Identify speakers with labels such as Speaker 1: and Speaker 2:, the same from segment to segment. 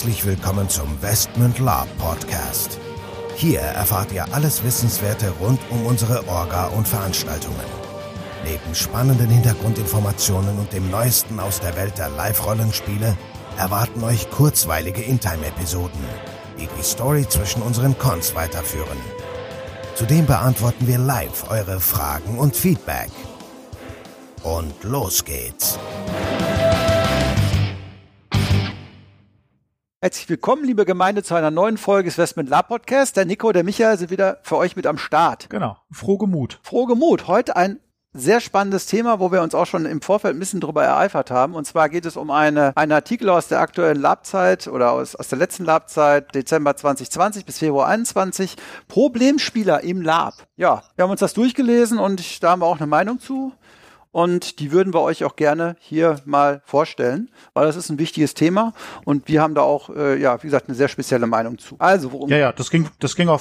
Speaker 1: Herzlich willkommen zum Westmund Lab Podcast. Hier erfahrt ihr alles Wissenswerte rund um unsere Orga und Veranstaltungen. Neben spannenden Hintergrundinformationen und dem Neuesten aus der Welt der Live-Rollenspiele erwarten euch kurzweilige In-Time-Episoden, die die Story zwischen unseren Cons weiterführen. Zudem beantworten wir live eure Fragen und Feedback. Und los geht's.
Speaker 2: Herzlich willkommen, liebe Gemeinde, zu einer neuen Folge des Westmund Lab Podcast. Der Nico, der Michael sind wieder für euch mit am Start.
Speaker 3: Genau, frohgemut.
Speaker 2: Frohgemut. Heute ein sehr spannendes Thema, wo wir uns auch schon im Vorfeld ein bisschen drüber ereifert haben. Und zwar geht es um einen Artikel aus der aktuellen Labzeit oder aus der letzten Labzeit, Dezember 2020 bis Februar 21. Problemspieler im Lab. Ja, wir haben uns das durchgelesen und da haben wir auch eine Meinung zu. Und die würden wir euch auch gerne hier mal vorstellen, weil das ist ein wichtiges Thema und wir haben da auch, wie gesagt, eine sehr spezielle Meinung zu. Also, worum?
Speaker 3: Ja, das ging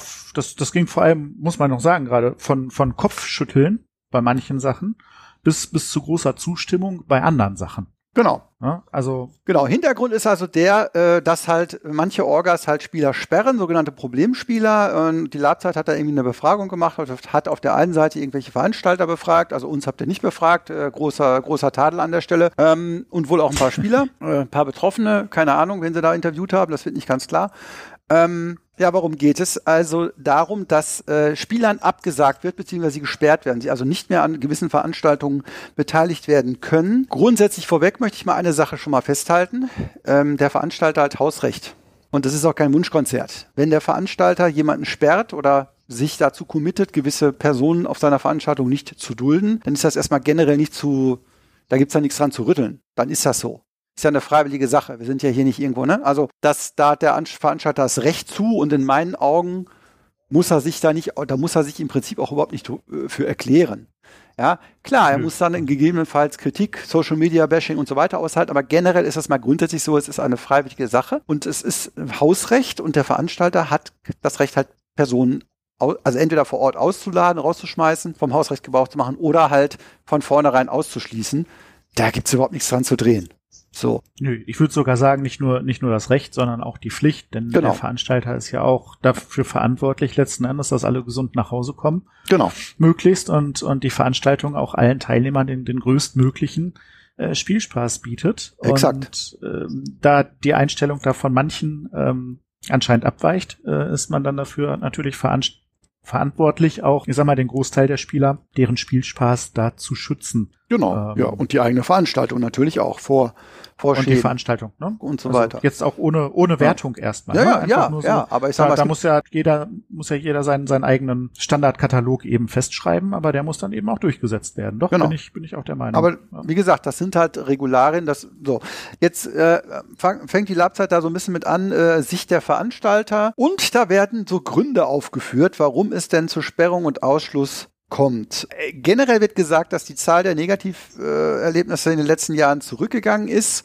Speaker 3: vor allem, muss man noch sagen, gerade von Kopfschütteln bei manchen Sachen bis zu großer Zustimmung bei anderen Sachen.
Speaker 2: Genau.
Speaker 3: Ja,
Speaker 2: Genau, Hintergrund ist also dass halt manche Orgas halt Spieler sperren, sogenannte Problemspieler. Die Labzeit hat da irgendwie eine Befragung gemacht, hat auf der einen Seite irgendwelche Veranstalter befragt, also uns habt ihr nicht befragt, großer Tadel an der Stelle, und wohl auch ein paar Spieler, ein paar Betroffene, keine Ahnung, wen sie da interviewt haben, das wird nicht ganz klar. Warum geht es? Also darum, dass Spielern abgesagt wird, beziehungsweise sie gesperrt werden, sie also nicht mehr an gewissen Veranstaltungen beteiligt werden können. Grundsätzlich vorweg möchte ich mal eine Sache schon mal festhalten. Der Veranstalter hat Hausrecht. Und das ist auch kein Wunschkonzert. Wenn der Veranstalter jemanden sperrt oder sich dazu committet, gewisse Personen auf seiner Veranstaltung nicht zu dulden, dann ist das erstmal generell da gibt's ja nichts dran zu rütteln. Dann ist das so. Ist ja eine freiwillige Sache. Wir sind ja hier nicht irgendwo, ne? Also, da hat der Veranstalter das Recht zu und in meinen Augen muss er sich im Prinzip auch überhaupt nicht für erklären. Ja, klar, er muss dann gegebenenfalls Kritik, Social Media Bashing und so weiter aushalten, aber generell ist das mal grundsätzlich so, es ist eine freiwillige Sache und es ist Hausrecht und der Veranstalter hat das Recht halt Personen, also entweder vor Ort auszuladen, rauszuschmeißen, vom Hausrecht Gebrauch zu machen oder halt von vornherein auszuschließen. Da gibt's überhaupt nichts dran zu drehen. So.
Speaker 3: Nö, ich würde sogar sagen, nicht nur das Recht, sondern auch die Pflicht, denn der Veranstalter ist ja auch dafür verantwortlich, letzten Endes, dass alle gesund nach Hause kommen.
Speaker 2: Genau.
Speaker 3: Möglichst und die Veranstaltung auch allen Teilnehmern den größtmöglichen Spielspaß bietet.
Speaker 2: Exakt.
Speaker 3: Und da die Einstellung da von manchen anscheinend abweicht, ist man dann dafür natürlich verantwortlich, auch, ich sag mal, den Großteil der Spieler, deren Spielspaß da zu schützen.
Speaker 2: Genau, und die eigene Veranstaltung natürlich auch vor
Speaker 3: und die Veranstaltung, ne?
Speaker 2: Und so weiter.
Speaker 3: Jetzt auch ohne Wertung erstmal.
Speaker 2: Aber ich sag mal,
Speaker 3: da muss ja jeder seinen eigenen Standardkatalog eben festschreiben, aber der muss dann eben auch durchgesetzt werden. Doch, bin ich auch der Meinung.
Speaker 2: Aber wie gesagt, das sind halt Regularien, Jetzt fängt die Labzeit da so ein bisschen mit an, Sicht der Veranstalter, und da werden so Gründe aufgeführt, warum es denn zur Sperrung und Ausschluss kommt. Generell wird gesagt, dass die Zahl der Negativerlebnisse in den letzten Jahren zurückgegangen ist.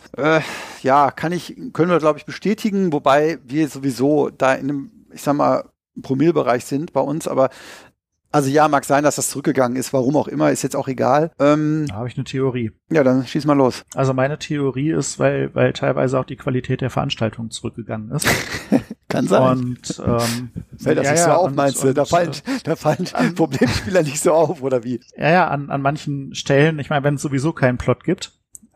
Speaker 2: Können wir, glaube ich, bestätigen, wobei wir sowieso da in einem, ich sag mal, Promillebereich sind bei uns, aber also ja, mag sein, dass das zurückgegangen ist, warum auch immer, ist jetzt auch egal.
Speaker 3: Da habe ich eine Theorie.
Speaker 2: Ja, dann schieß mal los.
Speaker 3: Also meine Theorie ist, weil teilweise auch die Qualität der Veranstaltung zurückgegangen ist.
Speaker 2: Kann sein.
Speaker 3: Und
Speaker 2: fällt das nicht so auf, meinst du? Da fallen Problemspieler nicht so auf, oder wie?
Speaker 3: Ja, an manchen Stellen, ich meine, wenn es sowieso keinen Plot gibt,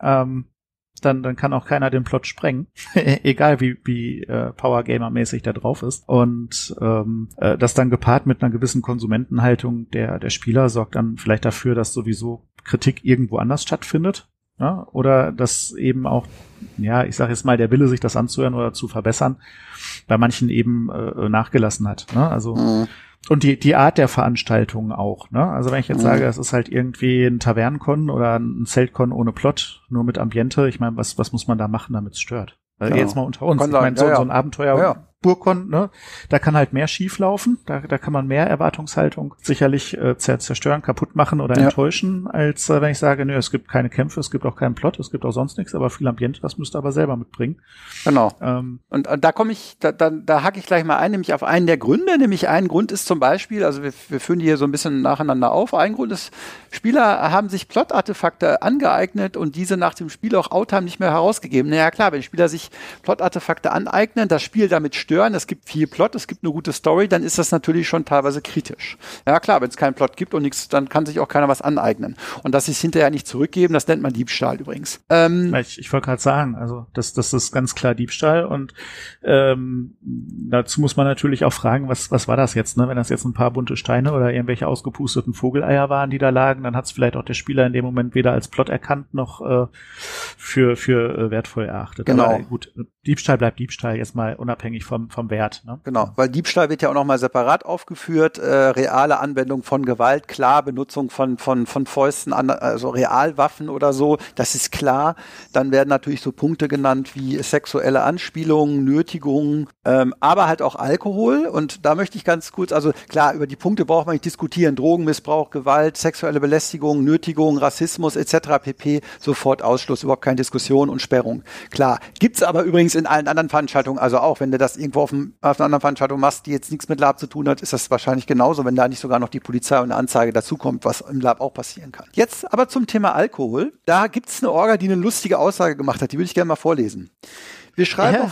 Speaker 3: dann kann auch keiner den Plot sprengen, egal wie Powergamer-mäßig da drauf ist. Und das dann gepaart mit einer gewissen Konsumentenhaltung der Spieler sorgt dann vielleicht dafür, dass sowieso Kritik irgendwo anders stattfindet. Ja? Oder dass eben auch, ich sage jetzt mal, der Wille, sich das anzuhören oder zu verbessern, bei manchen eben nachgelassen hat. Ne? Also und die Art der Veranstaltung auch, ne? Also wenn ich jetzt sage, es ist halt irgendwie ein Tavernenkon oder ein Zeltkon ohne Plot, nur mit Ambiente, ich meine, was muss man da machen, damit es stört? Also jetzt mal unter uns.
Speaker 2: Kann
Speaker 3: ich meine, so ein Abenteuer Burkon, ne, da kann halt mehr schief laufen, da kann man mehr Erwartungshaltung sicherlich zerstören, kaputt machen oder enttäuschen, als wenn ich sage, nö, es gibt keine Kämpfe, es gibt auch keinen Plot, es gibt auch sonst nichts, aber viel Ambiente, das müsst ihr aber selber mitbringen.
Speaker 2: Genau. Und da komme ich, da hake ich gleich mal ein, nämlich auf einen der Gründe, nämlich ein Grund ist zum Beispiel, also wir führen die hier so ein bisschen nacheinander auf, ein Grund ist, Spieler haben sich Plot-Artefakte angeeignet und diese nach dem Spiel auch Outtime nicht mehr herausgegeben. Naja klar, wenn Spieler sich Plot-Artefakte aneignen, das Spiel damit stören, es gibt viel Plot, es gibt eine gute Story, dann ist das natürlich schon teilweise kritisch. Ja klar, wenn es keinen Plot gibt und nichts, dann kann sich auch keiner was aneignen. Und dass sie es hinterher nicht zurückgeben, das nennt man Diebstahl übrigens.
Speaker 3: Ich wollte gerade sagen, also das ist ganz klar Diebstahl und dazu muss man natürlich auch fragen, was war das jetzt, ne? Wenn das jetzt ein paar bunte Steine oder irgendwelche ausgepusteten Vogeleier waren, die da lagen, dann hat es vielleicht auch der Spieler in dem Moment weder als Plot erkannt noch für wertvoll erachtet.
Speaker 2: Genau.
Speaker 3: Aber gut, Diebstahl bleibt Diebstahl, jetzt mal unabhängig vom Wert. Ne?
Speaker 2: Genau, weil Diebstahl wird ja auch nochmal separat aufgeführt, reale Anwendung von Gewalt, klar, Benutzung von Fäusten, also Realwaffen oder so, das ist klar. Dann werden natürlich so Punkte genannt wie sexuelle Anspielungen, Nötigungen, aber halt auch Alkohol. Und da möchte ich ganz kurz, also klar, über die Punkte braucht man nicht diskutieren, Drogenmissbrauch, Gewalt, sexuelle Belästigung, Nötigung, Rassismus etc. pp. Sofort Ausschluss, überhaupt keine Diskussion und Sperrung. Klar, gibt's aber übrigens in allen anderen Veranstaltungen, also auch, wenn du das irgendwo auf einer anderen Veranstaltung machst, die jetzt nichts mit Lab zu tun hat, ist das wahrscheinlich genauso, wenn da nicht sogar noch die Polizei und eine Anzeige dazukommt, was im Lab auch passieren kann. Jetzt aber zum Thema Alkohol. Da gibt's eine Orga, die eine lustige Aussage gemacht hat, die würde ich gerne mal vorlesen. Wir schreiben,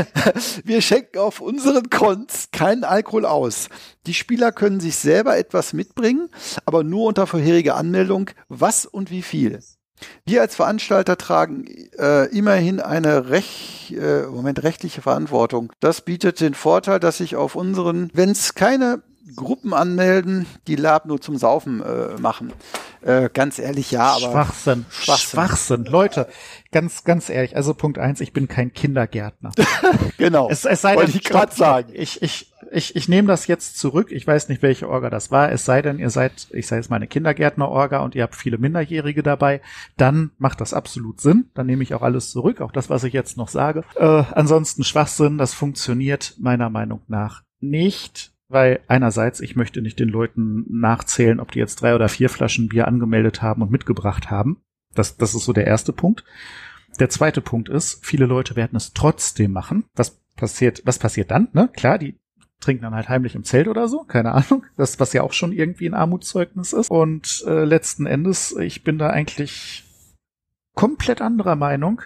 Speaker 2: wir schenken auf unseren Cons keinen Alkohol aus. Die Spieler können sich selber etwas mitbringen, aber nur unter vorheriger Anmeldung, was und wie viel. Wir als Veranstalter tragen immerhin eine rechtliche Verantwortung. Das bietet den Vorteil, dass sich auf unseren, wenn es keine Gruppen anmelden, die Lab nur zum Saufen machen. Ganz ehrlich, ja, aber
Speaker 3: Schwachsinn. Leute, ganz ehrlich, also Punkt 1, ich bin kein Kindergärtner.
Speaker 2: Genau,
Speaker 3: es sei
Speaker 2: wollte
Speaker 3: denn,
Speaker 2: ich gerade sagen.
Speaker 3: Ich nehme das jetzt zurück. Ich weiß nicht, welche Orga das war. Es sei denn, ihr seid, ich sage jetzt mal eine Kindergärtner-Orga und ihr habt viele Minderjährige dabei. Dann macht das absolut Sinn. Dann nehme ich auch alles zurück, auch das, was ich jetzt noch sage. Ansonsten Schwachsinn, das funktioniert meiner Meinung nach nicht. Weil einerseits, ich möchte nicht den Leuten nachzählen, ob die jetzt 3 oder 4 Flaschen Bier angemeldet haben und mitgebracht haben. Das ist so der erste Punkt. Der zweite Punkt ist, viele Leute werden es trotzdem machen. Was passiert dann? Ne? Klar, die trinken dann halt heimlich im Zelt oder so, keine Ahnung. Das, was ja auch schon irgendwie ein Armutszeugnis ist. Und letzten Endes, ich bin da eigentlich komplett anderer Meinung.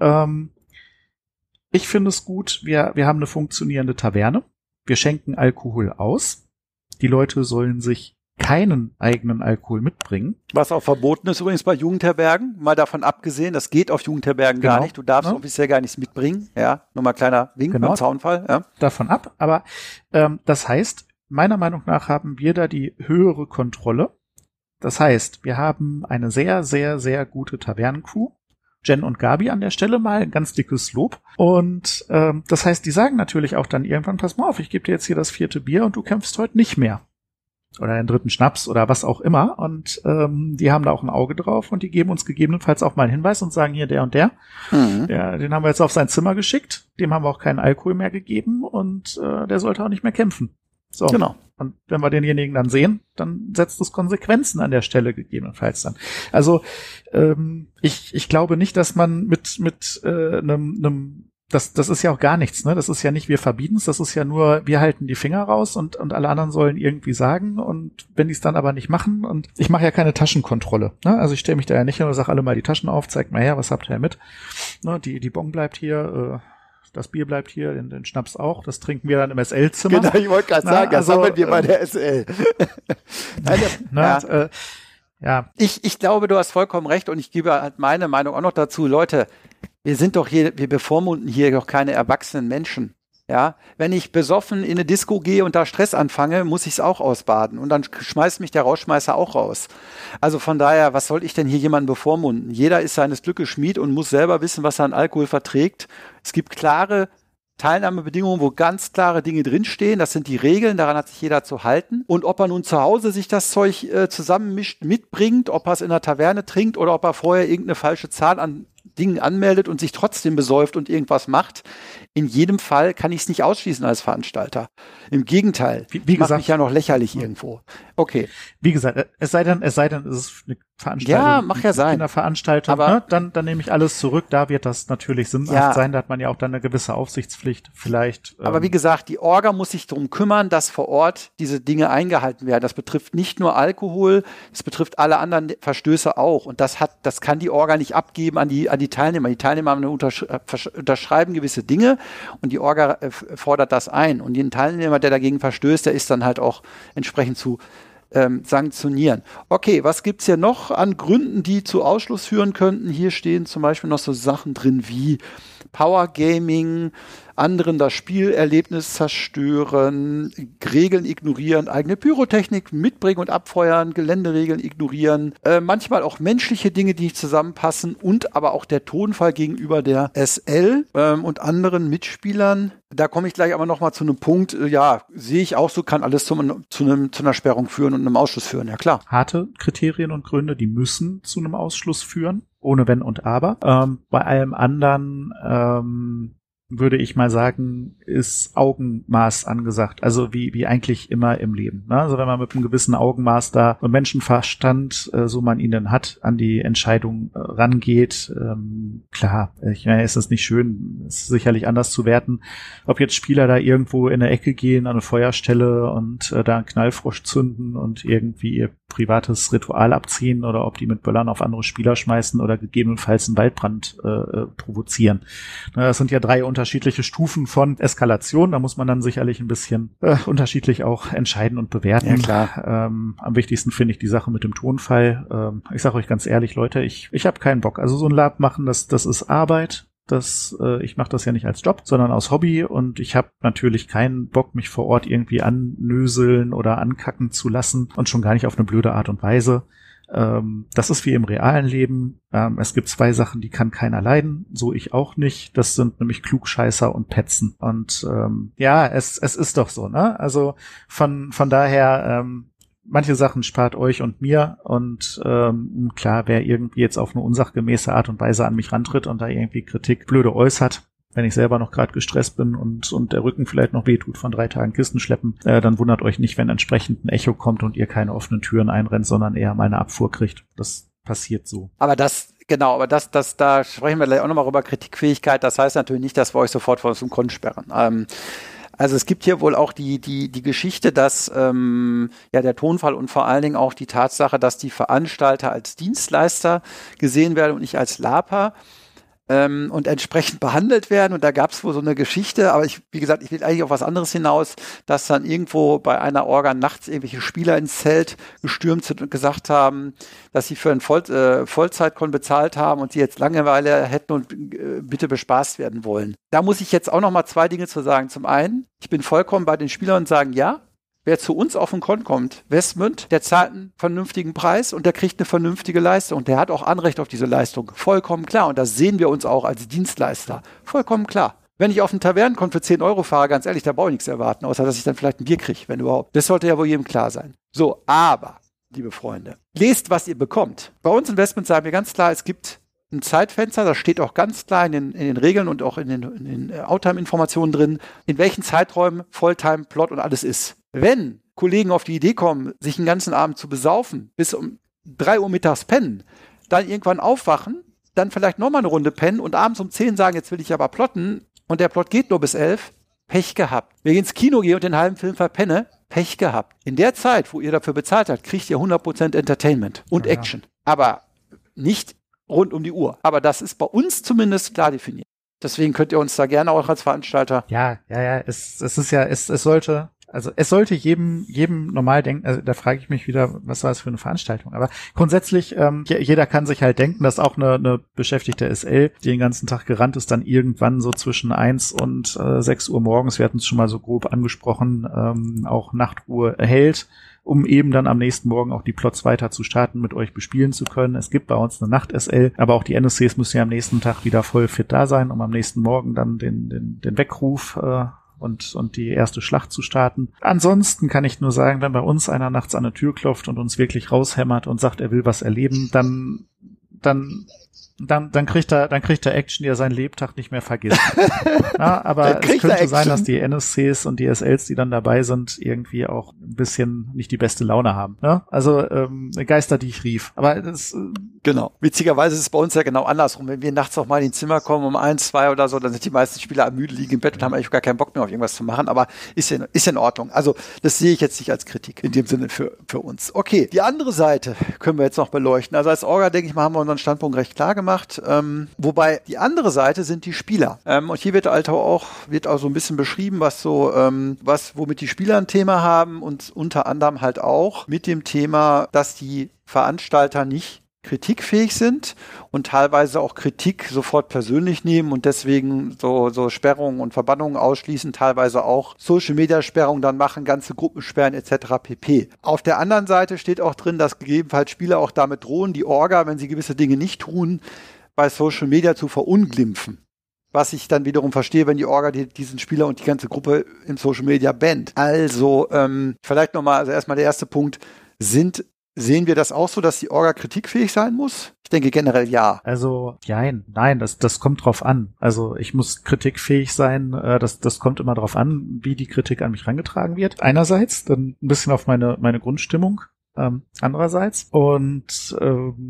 Speaker 3: Ich finde es gut, wir haben eine funktionierende Taverne. Wir schenken Alkohol aus. Die Leute sollen sich keinen eigenen Alkohol mitbringen.
Speaker 2: Was auch verboten ist übrigens bei Jugendherbergen, mal davon abgesehen, das geht auf Jugendherbergen gar nicht. Du darfst offiziell gar nichts mitbringen. Ja, nur mal kleiner Wink beim Zaunfall. Ja.
Speaker 3: Davon ab, aber das heißt, meiner Meinung nach haben wir da die höhere Kontrolle. Das heißt, wir haben eine sehr, sehr, sehr gute Tavernencrew. Jen und Gabi an der Stelle mal ein ganz dickes Lob. Und das heißt, die sagen natürlich auch dann irgendwann, pass mal auf, ich gebe dir jetzt hier das 4. Bier und du kämpfst heute nicht mehr. Oder den 3. Schnaps oder was auch immer. Und die haben da auch ein Auge drauf und die geben uns gegebenenfalls auch mal einen Hinweis und sagen, hier der und der, den haben wir jetzt auf sein Zimmer geschickt, dem haben wir auch keinen Alkohol mehr gegeben und der sollte auch nicht mehr kämpfen. So. Genau. Und wenn wir denjenigen dann sehen, dann setzt es Konsequenzen an der Stelle gegebenenfalls dann. Also ich glaube nicht, dass man mit einem das ist ja auch gar nichts, ne? Das ist ja nicht, wir verbieten es, das ist ja nur, wir halten die Finger raus und alle anderen sollen irgendwie sagen und wenn die es dann aber nicht machen und ich mache ja keine Taschenkontrolle, ne? Also ich stelle mich da ja nicht hin und sage alle mal die Taschen auf, zeigt mal her, was habt ihr mit? Ne? Die Bon bleibt hier, das Bier bleibt hier, den Schnaps auch. Das trinken wir dann im SL-Zimmer.
Speaker 2: Genau, ich wollte gerade sagen, das sammeln wir bei der SL. Nein, ja. Ich glaube, du hast vollkommen recht und ich gebe halt meine Meinung auch noch dazu. Leute, wir bevormunden hier doch keine erwachsenen Menschen. Ja, wenn ich besoffen in eine Disco gehe und da Stress anfange, muss ich es auch ausbaden und dann schmeißt mich der Rausschmeißer auch raus. Also von daher, was soll ich denn hier jemanden bevormunden? Jeder ist seines Glückes Schmied und muss selber wissen, was er an Alkohol verträgt. Es gibt klare Teilnahmebedingungen, wo ganz klare Dinge drinstehen. Das sind die Regeln, daran hat sich jeder zu halten. Und ob er nun zu Hause sich das Zeug zusammenmischt, mitbringt, ob er es in der Taverne trinkt oder ob er vorher irgendeine falsche Zahl an Dingen anmeldet und sich trotzdem besäuft und irgendwas macht. In jedem Fall kann ich es nicht ausschließen als Veranstalter. Im Gegenteil,
Speaker 3: wie gesagt,
Speaker 2: macht mich ja noch lächerlich irgendwo. Okay.
Speaker 3: Wie gesagt, es sei denn, es ist eine Veranstaltung.
Speaker 2: Ja, mag ja sein.
Speaker 3: Eine Veranstaltung,
Speaker 2: aber,
Speaker 3: ne? Dann nehme ich alles zurück. Da wird das natürlich sinnhaft sein. Da hat man ja auch dann eine gewisse Aufsichtspflicht vielleicht.
Speaker 2: Aber wie gesagt, die Orga muss sich darum kümmern, dass vor Ort diese Dinge eingehalten werden. Das betrifft nicht nur Alkohol, das betrifft alle anderen Verstöße auch. Und das kann die Orga nicht abgeben an die Teilnehmer. Die Teilnehmer unterschreiben gewisse Dinge und die Orga fordert das ein. Und jeden Teilnehmer, der dagegen verstößt, der ist dann halt auch entsprechend zu sanktionieren. Okay, was gibt's hier noch an Gründen, die zu Ausschluss führen könnten? Hier stehen zum Beispiel noch so Sachen drin wie Power Gaming, anderen das Spielerlebnis zerstören, Regeln ignorieren, eigene Pyrotechnik mitbringen und abfeuern, Geländeregeln ignorieren, manchmal auch menschliche Dinge, die nicht zusammenpassen und aber auch der Tonfall gegenüber der SL und anderen Mitspielern. Da komme ich gleich aber nochmal zu einem Punkt, sehe ich auch so, kann alles zu einer Sperrung führen und einem Ausschluss führen, ja klar.
Speaker 3: Harte Kriterien und Gründe, die müssen zu einem Ausschluss führen, ohne Wenn und Aber. Bei allem anderen würde ich mal sagen, ist Augenmaß angesagt. Also wie eigentlich immer im Leben. Ne? Also wenn man mit einem gewissen Augenmaß da und Menschenverstand, so man ihn denn hat, an die Entscheidung rangeht, klar, ich meine, es ist nicht schön, es ist sicherlich anders zu werten, ob jetzt Spieler da irgendwo in der Ecke gehen, an eine Feuerstelle und da einen Knallfrosch zünden und irgendwie ihr privates Ritual abziehen oder ob die mit Böllern auf andere Spieler schmeißen oder gegebenenfalls einen Waldbrand provozieren. Das sind ja 3 unterschiedliche Stufen von Eskalation. Da muss man dann sicherlich ein bisschen unterschiedlich auch entscheiden und bewerten.
Speaker 2: Ja, klar.
Speaker 3: Am wichtigsten finde ich die Sache mit dem Tonfall. Ich sage euch ganz ehrlich, Leute, ich habe keinen Bock. Also so ein Lab machen, das ist Arbeit. Ich mache das ja nicht als Job, sondern aus Hobby und ich habe natürlich keinen Bock, mich vor Ort irgendwie annöseln oder ankacken zu lassen und schon gar nicht auf eine blöde Art und Weise. Das ist wie im realen Leben. Es gibt 2 Sachen, die kann keiner leiden, so ich auch nicht. Das sind nämlich Klugscheißer und Petzen. Und es ist doch so, ne? Also von daher, manche Sachen spart euch und mir und klar, wer irgendwie jetzt auf eine unsachgemäße Art und Weise an mich rantritt und da irgendwie Kritik blöde äußert, wenn ich selber noch gerade gestresst bin und der Rücken vielleicht noch wehtut von 3 Tagen Kisten schleppen, dann wundert euch nicht, wenn entsprechend ein Echo kommt und ihr keine offenen Türen einrennt, sondern eher mal eine Abfuhr kriegt. Das passiert so.
Speaker 2: Aber da sprechen wir gleich auch nochmal über Kritikfähigkeit. Das heißt natürlich nicht, dass wir euch sofort vor zum Konten sperren. Also es gibt hier wohl auch die Geschichte, dass der Tonfall und vor allen Dingen auch die Tatsache, dass die Veranstalter als Dienstleister gesehen werden und nicht als Laper und entsprechend behandelt werden. Und da gab es wohl so eine Geschichte, aber wie gesagt, ich will eigentlich auf was anderes hinaus, dass dann irgendwo bei einer Orga nachts irgendwelche Spieler ins Zelt gestürmt sind und gesagt haben, dass sie für einen Vollzeitkon bezahlt haben und sie jetzt Langeweile hätten und bitte bespaßt werden wollen. Da muss ich jetzt auch noch mal 2 Dinge zu sagen. Zum einen, ich bin vollkommen bei den Spielern und sagen, ja, wer zu uns auf den Con kommt, Westmünd, der zahlt einen vernünftigen Preis und der kriegt eine vernünftige Leistung. Und der hat auch Anrecht auf diese Leistung. Vollkommen klar. Und das sehen wir uns auch als Dienstleister. Vollkommen klar. Wenn ich auf einen Tavernenkon für 10 € fahre, ganz ehrlich, da brauche ich nichts erwarten, außer dass ich dann vielleicht ein Bier kriege, wenn überhaupt. Das sollte ja wohl jedem klar sein. So, aber, liebe Freunde, lest, was ihr bekommt. Bei uns in Westmünd sagen wir ganz klar, es gibt ein Zeitfenster, das steht auch ganz klar in den Regeln und auch in den Outtime-Informationen drin, in welchen Zeiträumen Volltime, Plot und alles ist. Wenn Kollegen auf die Idee kommen, sich den ganzen Abend zu besaufen, bis um 3 Uhr mittags pennen, dann irgendwann aufwachen, dann vielleicht nochmal eine Runde pennen und abends um 10 sagen, jetzt will ich aber plotten und der Plot geht nur bis 11, Pech gehabt. Wenn ich ins Kino gehe und den halben Film verpenne, Pech gehabt. In der Zeit, wo ihr dafür bezahlt habt, kriegt ihr 100% Entertainment und Action. Aber nicht rund um die Uhr. Aber das ist bei uns zumindest klar definiert. Deswegen könnt ihr uns da gerne auch als Veranstalter.
Speaker 3: Ja, es sollte jedem normal denken, also da frage ich mich wieder, was war das für eine Veranstaltung? Aber grundsätzlich, jeder kann sich halt denken, dass auch eine beschäftigte SL, die den ganzen Tag gerannt ist, dann irgendwann so zwischen 1 und 6 Uhr morgens, wir hatten es schon mal so grob angesprochen, auch Nachtruhe erhält, um eben dann am nächsten Morgen auch die Plots weiter zu starten, mit euch bespielen zu können. Es gibt bei uns eine Nacht-SL, aber auch die NSCs müssen ja am nächsten Tag wieder voll fit da sein, um am nächsten Morgen dann den Weckruf und die erste Schlacht zu starten. Ansonsten kann ich nur sagen, wenn bei uns einer nachts an eine Tür klopft und uns wirklich raushämmert und sagt, er will was erleben, dann Dann kriegt er Action, die er seinen Lebtag nicht mehr vergisst. Ja, aber es könnte sein, dass die NSCs und die SLs, die dann dabei sind, irgendwie auch ein bisschen nicht die beste Laune haben. Ja? Also Geister, die ich rief. Aber das
Speaker 2: genau. Witzigerweise ist es bei uns ja genau andersrum. Wenn wir nachts auch mal in die Zimmer kommen um 1, 2 oder so, dann sind die meisten Spieler müde, liegen im Bett und haben eigentlich gar keinen Bock mehr auf irgendwas zu machen. Aber ist in Ordnung. Also das sehe ich jetzt nicht als Kritik in dem Sinne für uns. Okay, die andere Seite können wir jetzt noch beleuchten. Also als Orga, denke ich mal, haben wir unseren Standpunkt recht klar gemacht. Wobei die andere Seite sind die Spieler. Und hier wird auch so ein bisschen beschrieben, was so, womit die Spieler ein Thema haben und unter anderem halt auch mit dem Thema, dass die Veranstalter nicht kritikfähig sind und teilweise auch Kritik sofort persönlich nehmen und deswegen so Sperrungen und Verbannungen ausschließen, teilweise auch Social-Media-Sperrungen dann machen, ganze Gruppen sperren etc. pp. Auf der anderen Seite steht auch drin, dass gegebenenfalls Spieler auch damit drohen, die Orga, wenn sie gewisse Dinge nicht tun, bei Social Media zu verunglimpfen. Was ich dann wiederum verstehe, wenn die Orga diesen Spieler und die ganze Gruppe im Social Media bannt. Also vielleicht nochmal, also erstmal der erste Punkt, sehen wir das auch so, dass die Orga kritikfähig sein muss? Ich denke generell ja.
Speaker 3: Also, nein, das kommt drauf an. Also ich muss kritikfähig sein, das kommt immer drauf an, wie die Kritik an mich herangetragen wird. Einerseits, dann ein bisschen auf meine Grundstimmung. Andererseits. Und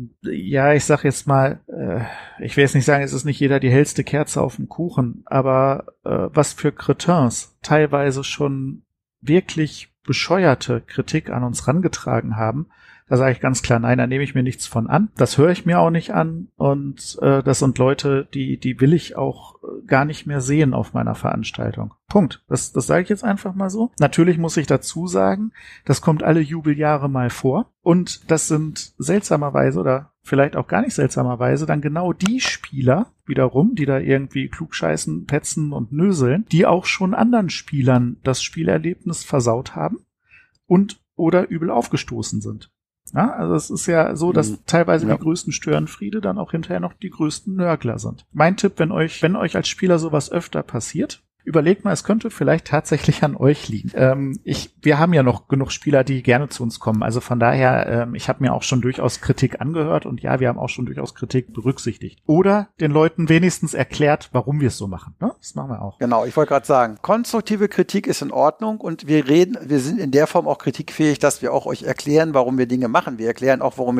Speaker 3: ich sag jetzt mal, ich will jetzt nicht sagen, es ist nicht jeder die hellste Kerze auf dem Kuchen, aber was für Cretins teilweise schon wirklich bescheuerte Kritik an uns rangetragen haben, da sage ich ganz klar, nein, da nehme ich mir nichts von an. Das höre ich mir auch nicht an und das sind Leute, die will ich auch gar nicht mehr sehen auf meiner Veranstaltung. Punkt. Das sage ich jetzt einfach mal so. Natürlich muss ich dazu sagen, das kommt alle Jubeljahre mal vor und das sind seltsamerweise oder vielleicht auch gar nicht seltsamerweise dann genau die Spieler wiederum, die da irgendwie klugscheißen, petzen und nöseln, die auch schon anderen Spielern das Spielerlebnis versaut haben und oder übel aufgestoßen sind. Ja, also es ist ja so, dass teilweise die größten Störenfriede dann auch hinterher noch die größten Nörgler sind. Mein Tipp, wenn euch als Spieler sowas öfter passiert, überlegt mal, es könnte vielleicht tatsächlich an euch liegen. Wir haben ja noch genug Spieler, die gerne zu uns kommen. Also von daher, ich habe mir auch schon durchaus Kritik angehört und ja, wir haben auch schon durchaus Kritik berücksichtigt. Oder den Leuten wenigstens erklärt, warum wir es so machen. Ne? Das machen wir auch.
Speaker 2: Genau, ich wollte gerade sagen, konstruktive Kritik ist in Ordnung und wir sind in der Form auch kritikfähig, dass wir auch euch erklären, warum wir Dinge machen. Wir erklären auch, warum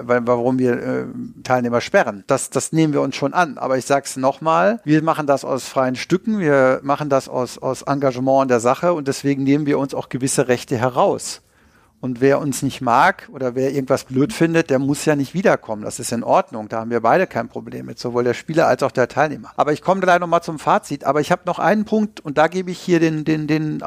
Speaker 2: wir Teilnehmer sperren. Das nehmen wir uns schon an. Aber ich sag's nochmal, wir machen das aus freien Stücken, wir machen das aus Engagement in der Sache und deswegen nehmen wir uns auch gewisse Rechte heraus. Und wer uns nicht mag oder wer irgendwas blöd findet, der muss ja nicht wiederkommen. Das ist in Ordnung. Da haben wir beide kein Problem mit, sowohl der Spieler als auch der Teilnehmer. Aber ich komme gleich nochmal zum Fazit. Aber ich habe noch einen Punkt und da gebe ich hier den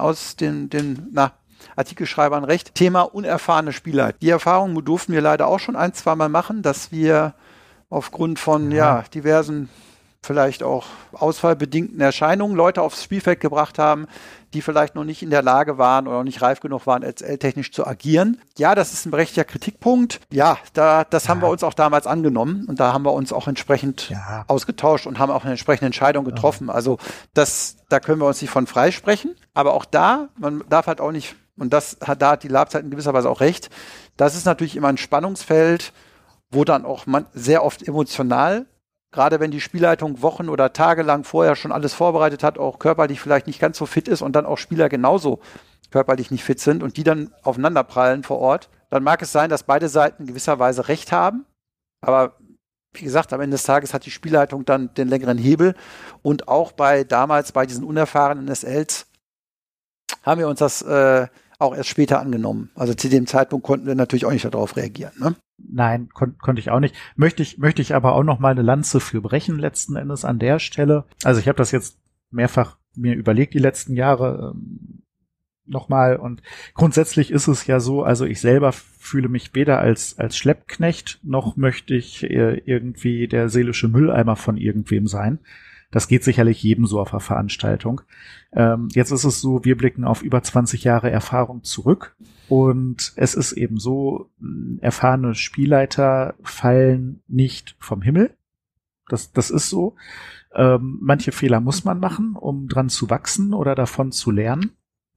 Speaker 2: Artikelschreibern recht. Thema unerfahrene Spieler. Die Erfahrung durften wir leider auch schon 1-2 Mal machen, dass wir aufgrund von diversen vielleicht auch ausfallbedingten Erscheinungen Leute aufs Spielfeld gebracht haben, die vielleicht noch nicht in der Lage waren oder noch nicht reif genug waren, SL-technisch zu agieren. Ja, das ist ein berechtigter Kritikpunkt. Ja, das haben wir uns auch damals angenommen und da haben wir uns auch entsprechend ausgetauscht und haben auch eine entsprechende Entscheidung getroffen. Also da können wir uns nicht von freisprechen. Aber auch man darf halt auch nicht, und da hat die Labzeit in gewisser Weise auch recht, das ist natürlich immer ein Spannungsfeld, wo dann auch sehr oft emotional, gerade wenn die Spielleitung Wochen oder Tage lang vorher schon alles vorbereitet hat, auch körperlich vielleicht nicht ganz so fit ist und dann auch Spieler genauso körperlich nicht fit sind und die dann aufeinanderprallen vor Ort, dann mag es sein, dass beide Seiten in gewisser Weise recht haben. Aber wie gesagt, am Ende des Tages hat die Spielleitung dann den längeren Hebel. Und auch damals bei diesen unerfahrenen SLs haben wir uns das auch erst später angenommen. Also zu dem Zeitpunkt konnten wir natürlich auch nicht darauf reagieren. Ne?
Speaker 3: Nein, konnte ich auch nicht. Möchte ich aber auch noch mal eine Lanze für brechen letzten Endes an der Stelle. Also ich habe das jetzt mehrfach mir überlegt die letzten Jahre nochmal und grundsätzlich ist es ja so, also ich selber fühle mich weder als Schleppknecht noch möchte ich irgendwie der seelische Mülleimer von irgendwem sein. Das geht sicherlich jedem so auf einer Veranstaltung. Jetzt ist es so, wir blicken auf über 20 Jahre Erfahrung zurück und es ist eben so, erfahrene Spielleiter fallen nicht vom Himmel. Das ist so. Manche Fehler muss man machen, um dran zu wachsen oder davon zu lernen.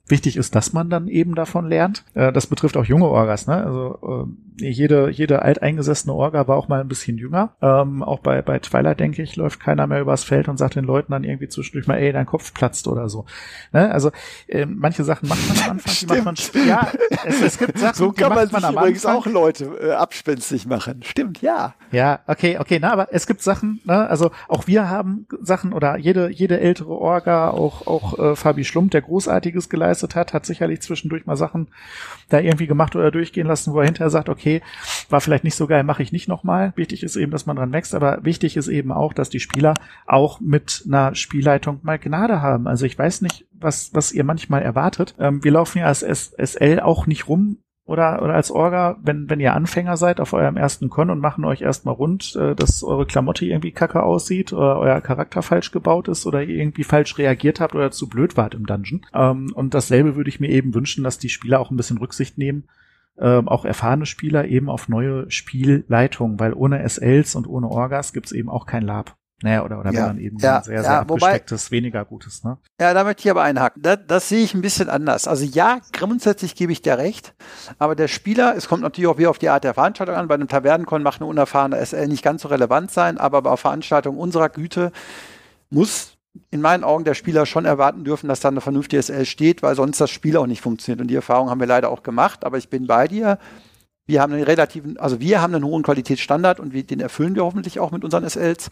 Speaker 3: wichtig ist, dass man dann eben davon lernt. Das betrifft auch junge Orgas, ne? Also jede alteingesessene Orga war auch mal ein bisschen jünger. Auch bei Twilight, denke ich, läuft keiner mehr übers Feld und sagt den Leuten dann irgendwie zwischendurch mal, ey, dein Kopf platzt oder so. Ne? Also manche Sachen macht man am Anfang, die macht man. Ja, es gibt Sachen,
Speaker 2: so kann
Speaker 3: die macht man am
Speaker 2: übrigens
Speaker 3: Anfang.
Speaker 2: auch Leute abspenstig machen. Stimmt, ja.
Speaker 3: Ja, okay, na, aber es gibt Sachen, ne, also auch wir haben Sachen oder jede ältere Orga, auch Fabi Schlumpf, der Großartiges geleistet hat sicherlich zwischendurch mal Sachen da irgendwie gemacht oder durchgehen lassen, wo er hinterher sagt, okay, war vielleicht nicht so geil, mache ich nicht nochmal. Wichtig ist eben, dass man dran wächst, aber wichtig ist eben auch, dass die Spieler auch mit einer Spielleitung mal Gnade haben. Also ich weiß nicht, was ihr manchmal erwartet. Wir laufen ja als SL auch nicht rum, oder als Orga, wenn ihr Anfänger seid auf eurem ersten Con und machen euch erstmal rund, dass eure Klamotte irgendwie kacke aussieht oder euer Charakter falsch gebaut ist oder ihr irgendwie falsch reagiert habt oder zu blöd wart im Dungeon. Und dasselbe würde ich mir eben wünschen, dass die Spieler auch ein bisschen Rücksicht nehmen, auch erfahrene Spieler eben auf neue Spielleitungen, weil ohne SLs und ohne Orgas gibt's eben auch kein Lab. Naja, oder wenn man eben sehr, sehr abgestecktes, weniger Gutes, ne?
Speaker 2: Ja, da möchte ich aber einhaken. Das sehe ich ein bisschen anders. Also ja, grundsätzlich gebe ich dir recht, aber der Spieler, es kommt natürlich auch wieder auf die Art der Veranstaltung an, bei einem Tavernenkon macht eine unerfahrene SL nicht ganz so relevant sein, aber bei Veranstaltungen unserer Güte muss in meinen Augen der Spieler schon erwarten dürfen, dass da eine vernünftige SL steht, weil sonst das Spiel auch nicht funktioniert. Und die Erfahrung haben wir leider auch gemacht, aber ich bin bei dir. Wir haben einen hohen Qualitätsstandard und den erfüllen wir hoffentlich auch mit unseren SLs.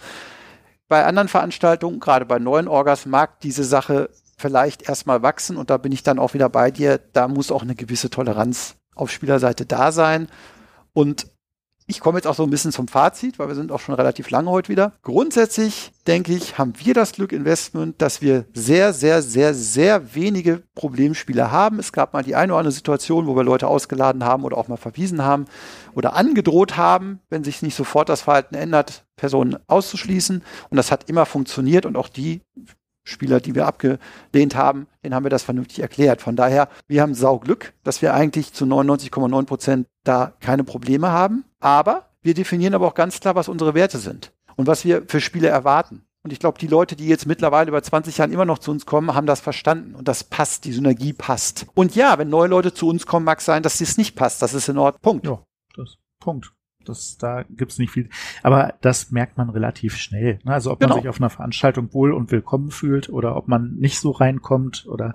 Speaker 2: Bei anderen Veranstaltungen, gerade bei neuen Orgas, mag diese Sache vielleicht erstmal wachsen und da bin ich dann auch wieder bei dir. Da muss auch eine gewisse Toleranz auf Spielerseite da sein. Und ich komme jetzt auch so ein bisschen zum Fazit, weil wir sind auch schon relativ lange heute wieder. Grundsätzlich, denke ich, haben wir das Glück Investment, dass wir sehr, sehr, sehr, sehr wenige Problemspieler haben. Es gab mal die eine oder andere Situation, wo wir Leute ausgeladen haben oder auch mal verwiesen haben oder angedroht haben, wenn sich nicht sofort das Verhalten ändert, Personen auszuschließen. Und das hat immer funktioniert und auch die Spieler, die wir abgelehnt haben, denen haben wir das vernünftig erklärt. Von daher, wir haben Sauglück, dass wir eigentlich zu 99,9% da keine Probleme haben. Aber wir definieren aber auch ganz klar, was unsere Werte sind und was wir für Spiele erwarten. Und ich glaube, die Leute, die jetzt mittlerweile über 20 Jahren immer noch zu uns kommen, haben das verstanden. Und das passt, die Synergie passt. Und ja, wenn neue Leute zu uns kommen, mag es sein, dass es nicht passt. Das ist in Ordnung. Punkt.
Speaker 3: Ja, das Punkt. Da gibt's nicht viel. Aber das merkt man relativ schnell. Ne? Also ob man sich auf einer Veranstaltung wohl und willkommen fühlt oder ob man nicht so reinkommt oder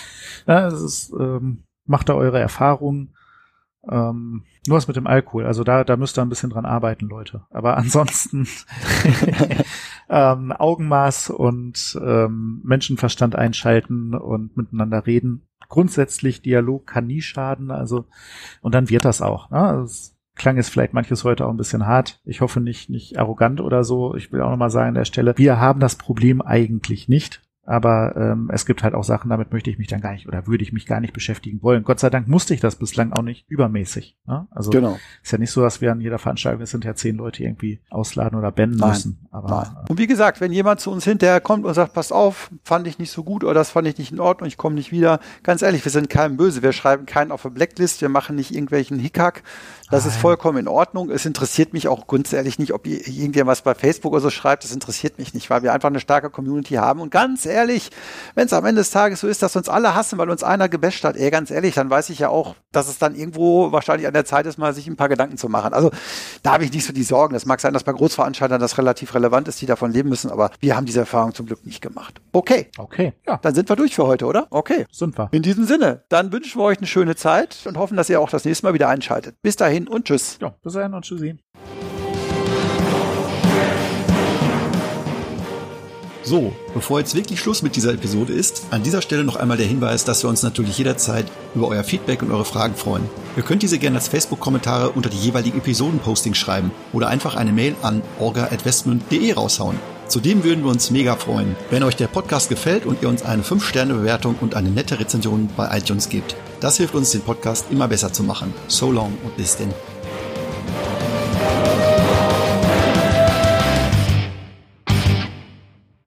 Speaker 3: macht da eure Erfahrungen. Nur was mit dem Alkohol. Also da müsst ihr ein bisschen dran arbeiten, Leute. Aber ansonsten Augenmaß und Menschenverstand einschalten und miteinander reden. Grundsätzlich Dialog kann nie schaden. Also und dann wird das auch. Ne? Also, klang es vielleicht manches heute auch ein bisschen hart. Ich hoffe nicht arrogant oder so. Ich will auch nochmal sagen an der Stelle, wir haben das Problem eigentlich nicht. Aber es gibt halt auch Sachen, damit möchte ich mich dann gar nicht oder würde ich mich gar nicht beschäftigen wollen. Gott sei Dank musste ich das bislang auch nicht übermäßig. Ne? Also ist ja nicht so, dass wir an jeder Veranstaltung, es sind ja 10 Leute irgendwie ausladen oder bannen müssen. Aber,
Speaker 2: Und wie gesagt, wenn jemand zu uns hinterher kommt und sagt, passt auf, fand ich nicht so gut oder das fand ich nicht in Ordnung, ich komme nicht wieder. Ganz ehrlich, wir sind keinem böse. Wir schreiben keinen auf eine Blacklist, wir machen nicht irgendwelchen Hickhack. Das ist vollkommen in Ordnung. Es interessiert mich auch ganz ehrlich nicht, ob irgendjemand was bei Facebook oder so schreibt. Das interessiert mich nicht, weil wir einfach eine starke Community haben. Und ganz ehrlich, wenn es am Ende des Tages so ist, dass uns alle hassen, weil uns einer gebasht hat, ganz ehrlich, dann weiß ich ja auch, dass es dann irgendwo wahrscheinlich an der Zeit ist, mal sich ein paar Gedanken zu machen. Also da habe ich nicht so die Sorgen. Das mag sein, dass bei Großveranstaltern das relativ relevant ist, die davon leben müssen, aber wir haben diese Erfahrung zum Glück nicht gemacht. Okay.
Speaker 3: Ja.
Speaker 2: Dann sind wir durch für heute, oder? Okay.
Speaker 3: Sind wir.
Speaker 2: In diesem Sinne, dann wünschen wir euch eine schöne Zeit und hoffen, dass ihr auch das nächste Mal wieder einschaltet. Bis dahin und tschüss.
Speaker 3: Ja, bis dahin und tschüssi.
Speaker 4: So, bevor jetzt wirklich Schluss mit dieser Episode ist, an dieser Stelle noch einmal der Hinweis, dass wir uns natürlich jederzeit über euer Feedback und eure Fragen freuen. Ihr könnt diese gerne als Facebook-Kommentare unter die jeweiligen Episoden-Postings schreiben oder einfach eine Mail an orga@westmund.de raushauen. Zudem würden wir uns mega freuen, wenn euch der Podcast gefällt und ihr uns eine 5-Sterne-Bewertung und eine nette Rezension bei iTunes gebt. Das hilft uns, den Podcast immer besser zu machen. So long und bis denn.